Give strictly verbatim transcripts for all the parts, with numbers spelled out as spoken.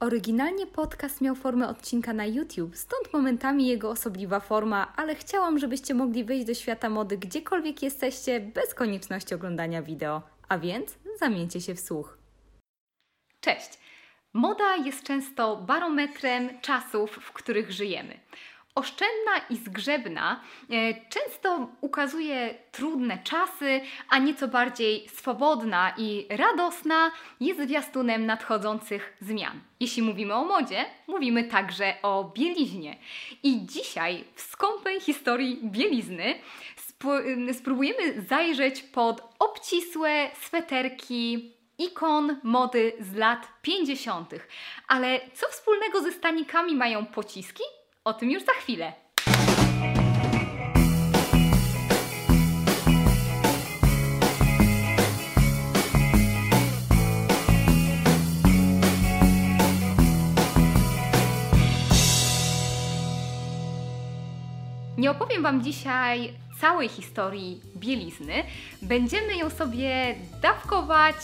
Oryginalnie podcast miał formę odcinka na YouTube, stąd momentami jego osobliwa forma, ale chciałam, żebyście mogli wejść do świata mody gdziekolwiek jesteście, bez konieczności oglądania wideo. A więc zamieńcie się w słuch. Cześć! Moda jest często barometrem czasów, w których żyjemy. Oszczędna i zgrzebna e, często ukazuje trudne czasy, a nieco bardziej swobodna i radosna jest zwiastunem nadchodzących zmian. Jeśli mówimy o modzie, mówimy także o bieliźnie. I dzisiaj w skąpej historii bielizny sp- spróbujemy zajrzeć pod obcisłe sweterki ikon mody z lat pięćdziesiątych. Ale co wspólnego ze stanikami mają pociski? O tym już za chwilę. Nie opowiem Wam dzisiaj całej historii bielizny. Będziemy ją sobie dawkować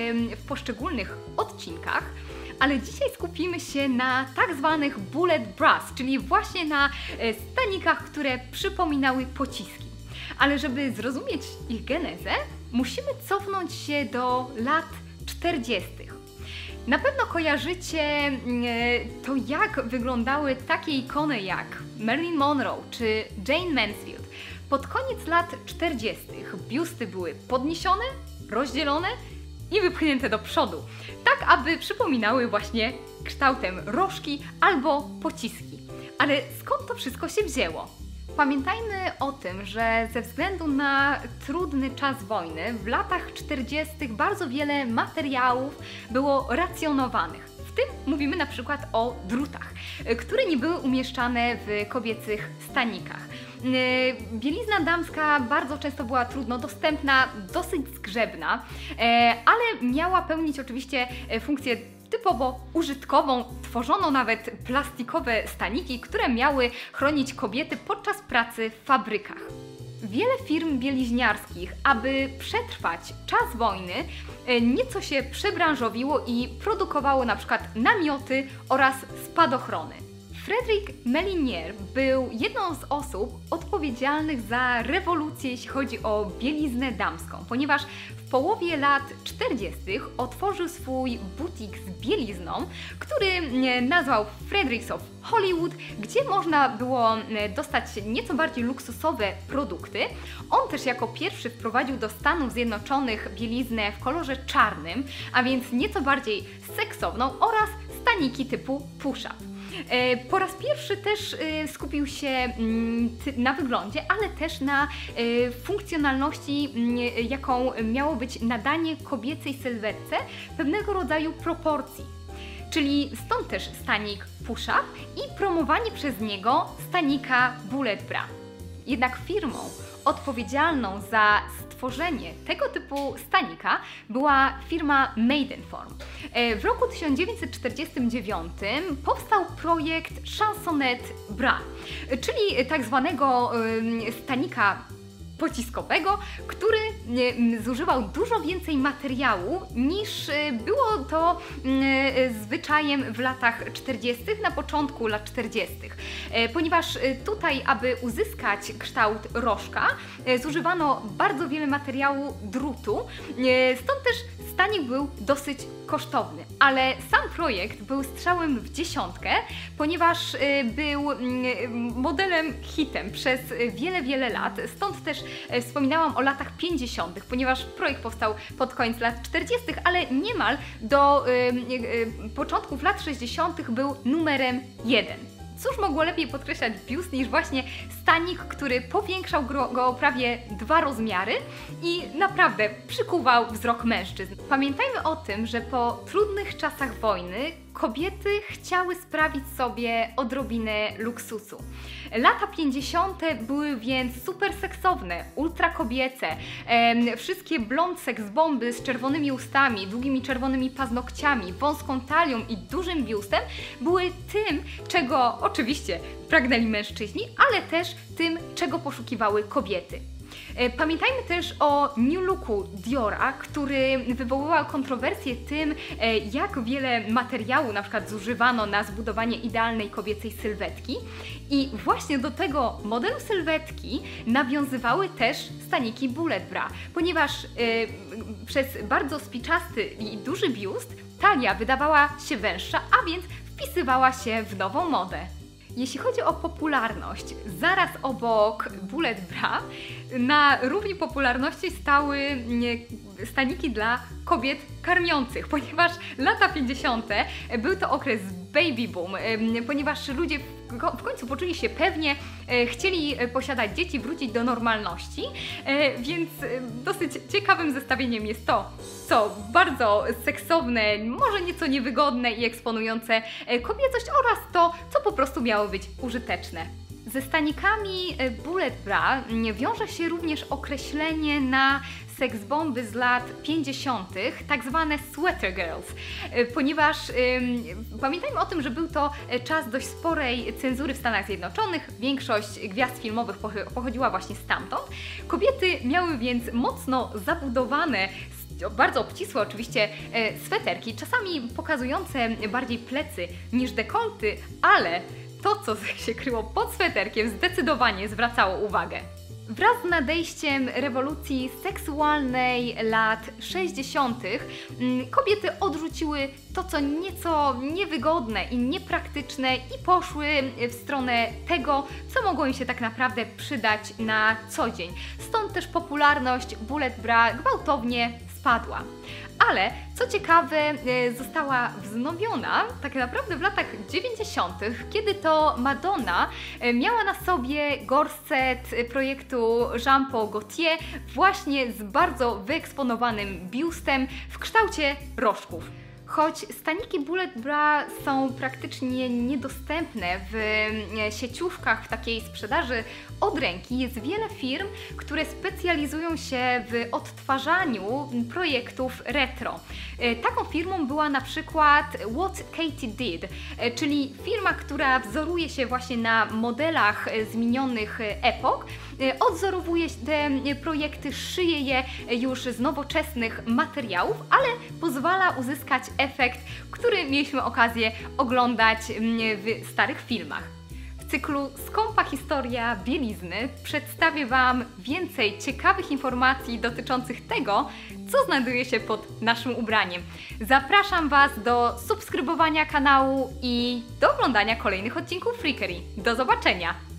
w poszczególnych odcinkach. Ale dzisiaj skupimy się na tak zwanych bullet bras, czyli właśnie na stanikach, które przypominały pociski. Ale żeby zrozumieć ich genezę, musimy cofnąć się do lat czterdziestych. Na pewno kojarzycie to, jak wyglądały takie ikony jak Marilyn Monroe czy Jane Mansfield. Pod koniec lat czterdziestych biusty były podniesione, rozdzielone i wypchnięte do przodu, tak aby przypominały właśnie kształtem rożki albo pociski. Ale skąd to wszystko się wzięło? Pamiętajmy o tym, że ze względu na trudny czas wojny w latach czterdziestych bardzo wiele materiałów było racjonowanych. W tym mówimy na przykład o drutach, które nie były umieszczane w kobiecych stanikach. Bielizna damska bardzo często była trudno dostępna, dosyć zgrzebna, ale miała pełnić oczywiście funkcję typowo użytkową. Tworzono nawet plastikowe staniki, które miały chronić kobiety podczas pracy w fabrykach. Wiele firm bieliźniarskich, aby przetrwać czas wojny, nieco się przebranżowiło i produkowało na przykład namioty oraz spadochrony. Frédéric Mélinière był jedną z osób odpowiedzialnych za rewolucję, jeśli chodzi o bieliznę damską, ponieważ w połowie lat czterdziestych otworzył swój butik z bielizną, który nazwał Frederick's of Hollywood, gdzie można było dostać nieco bardziej luksusowe produkty. On też jako pierwszy wprowadził do Stanów Zjednoczonych bieliznę w kolorze czarnym, a więc nieco bardziej seksowną, oraz staniki typu push-up. Po raz pierwszy też skupił się na wyglądzie, ale też na funkcjonalności, jaką miało być nadanie kobiecej sylwetce pewnego rodzaju proporcji. Czyli stąd też stanik push-up i promowanie przez niego stanika bullet bra. Jednak firmą odpowiedzialną za stworzenie tego typu stanika była firma Maidenform. W roku tysiąc dziewięćset czterdziestym dziewiątym powstał projekt Chansonette Bra, czyli tak zwanego stanika pociskowego, który zużywał dużo więcej materiału niż było to zwyczajem w latach czterdziestych, na początku lat czterdziestych. Ponieważ tutaj, aby uzyskać kształt rożka, zużywano bardzo wiele materiału drutu, stąd też stanik był dosyć kosztowny. Ale sam projekt był strzałem w dziesiątkę, ponieważ był modelem hitem przez wiele, wiele lat. Stąd też wspominałam o latach pięćdziesiątych, ponieważ projekt powstał pod koniec lat czterdziestych, ale niemal do y, y, początków lat sześćdziesiątych był numerem jeden. Cóż mogło lepiej podkreślać biust niż właśnie stanik, który powiększał go o prawie dwa rozmiary i naprawdę przykuwał wzrok mężczyzn. Pamiętajmy o tym, że po trudnych czasach wojny kobiety chciały sprawić sobie odrobinę luksusu. Lata pięćdziesiąte były więc super seksowne, ultra kobiece. E, wszystkie blond sex bomby z czerwonymi ustami, długimi czerwonymi paznokciami, wąską talią i dużym biustem były tym, czego oczywiście pragnęli mężczyźni, ale też tym, czego poszukiwały kobiety. Pamiętajmy też o new looku Diora, który wywoływał kontrowersje tym, jak wiele materiału na przykład zużywano na zbudowanie idealnej kobiecej sylwetki i właśnie do tego modelu sylwetki nawiązywały też staniki Bullet Bra, ponieważ yy, przez bardzo spiczasty i duży biust talia wydawała się węższa, a więc wpisywała się w nową modę. Jeśli chodzi o popularność, zaraz obok Bullet Bra na równi popularności stały staniki dla kobiet karmiących, ponieważ lata pięćdziesiąte był to okres baby boom, ponieważ ludzie w końcu poczuli się pewnie, chcieli posiadać dzieci, wrócić do normalności, więc dosyć ciekawym zestawieniem jest to, co bardzo seksowne, może nieco niewygodne i eksponujące kobiecość oraz to, co po prostu miało być użyteczne. Ze stanikami Bullet Bra wiąże się również określenie na seksbomby z lat pięćdziesiątych, tak zwane sweater girls, ponieważ ym, pamiętajmy o tym, że był to czas dość sporej cenzury w Stanach Zjednoczonych, większość gwiazd filmowych pochodziła właśnie stamtąd. Kobiety miały więc mocno zabudowane, bardzo obcisłe oczywiście sweterki, czasami pokazujące bardziej plecy niż dekolty, ale to, co się kryło pod sweterkiem, zdecydowanie zwracało uwagę. Wraz z nadejściem rewolucji seksualnej lat sześćdziesiątych kobiety odrzuciły to, co nieco niewygodne i niepraktyczne i poszły w stronę tego, co mogło im się tak naprawdę przydać na co dzień. Stąd też popularność Bullet Bra gwałtownie spadła. Ale co ciekawe, została wznowiona tak naprawdę w latach dziewięćdziesiątych, kiedy to Madonna miała na sobie gorset projektu Jean Paul Gaultier właśnie z bardzo wyeksponowanym biustem w kształcie rożków. Choć staniki Bullet Bra są praktycznie niedostępne w sieciówkach takiej sprzedaży od ręki, jest wiele firm, które specjalizują się w odtwarzaniu projektów retro. Taką firmą była na przykład What Katie Did, czyli firma, która wzoruje się właśnie na modelach z minionych epok, odzorowuje te projekty, szyje je już z nowoczesnych materiałów, ale pozwala uzyskać efekt, który mieliśmy okazję oglądać w starych filmach. W cyklu Skąpa historia bielizny przedstawię Wam więcej ciekawych informacji dotyczących tego, co znajduje się pod naszym ubraniem. Zapraszam Was do subskrybowania kanału i do oglądania kolejnych odcinków Freakery. Do zobaczenia!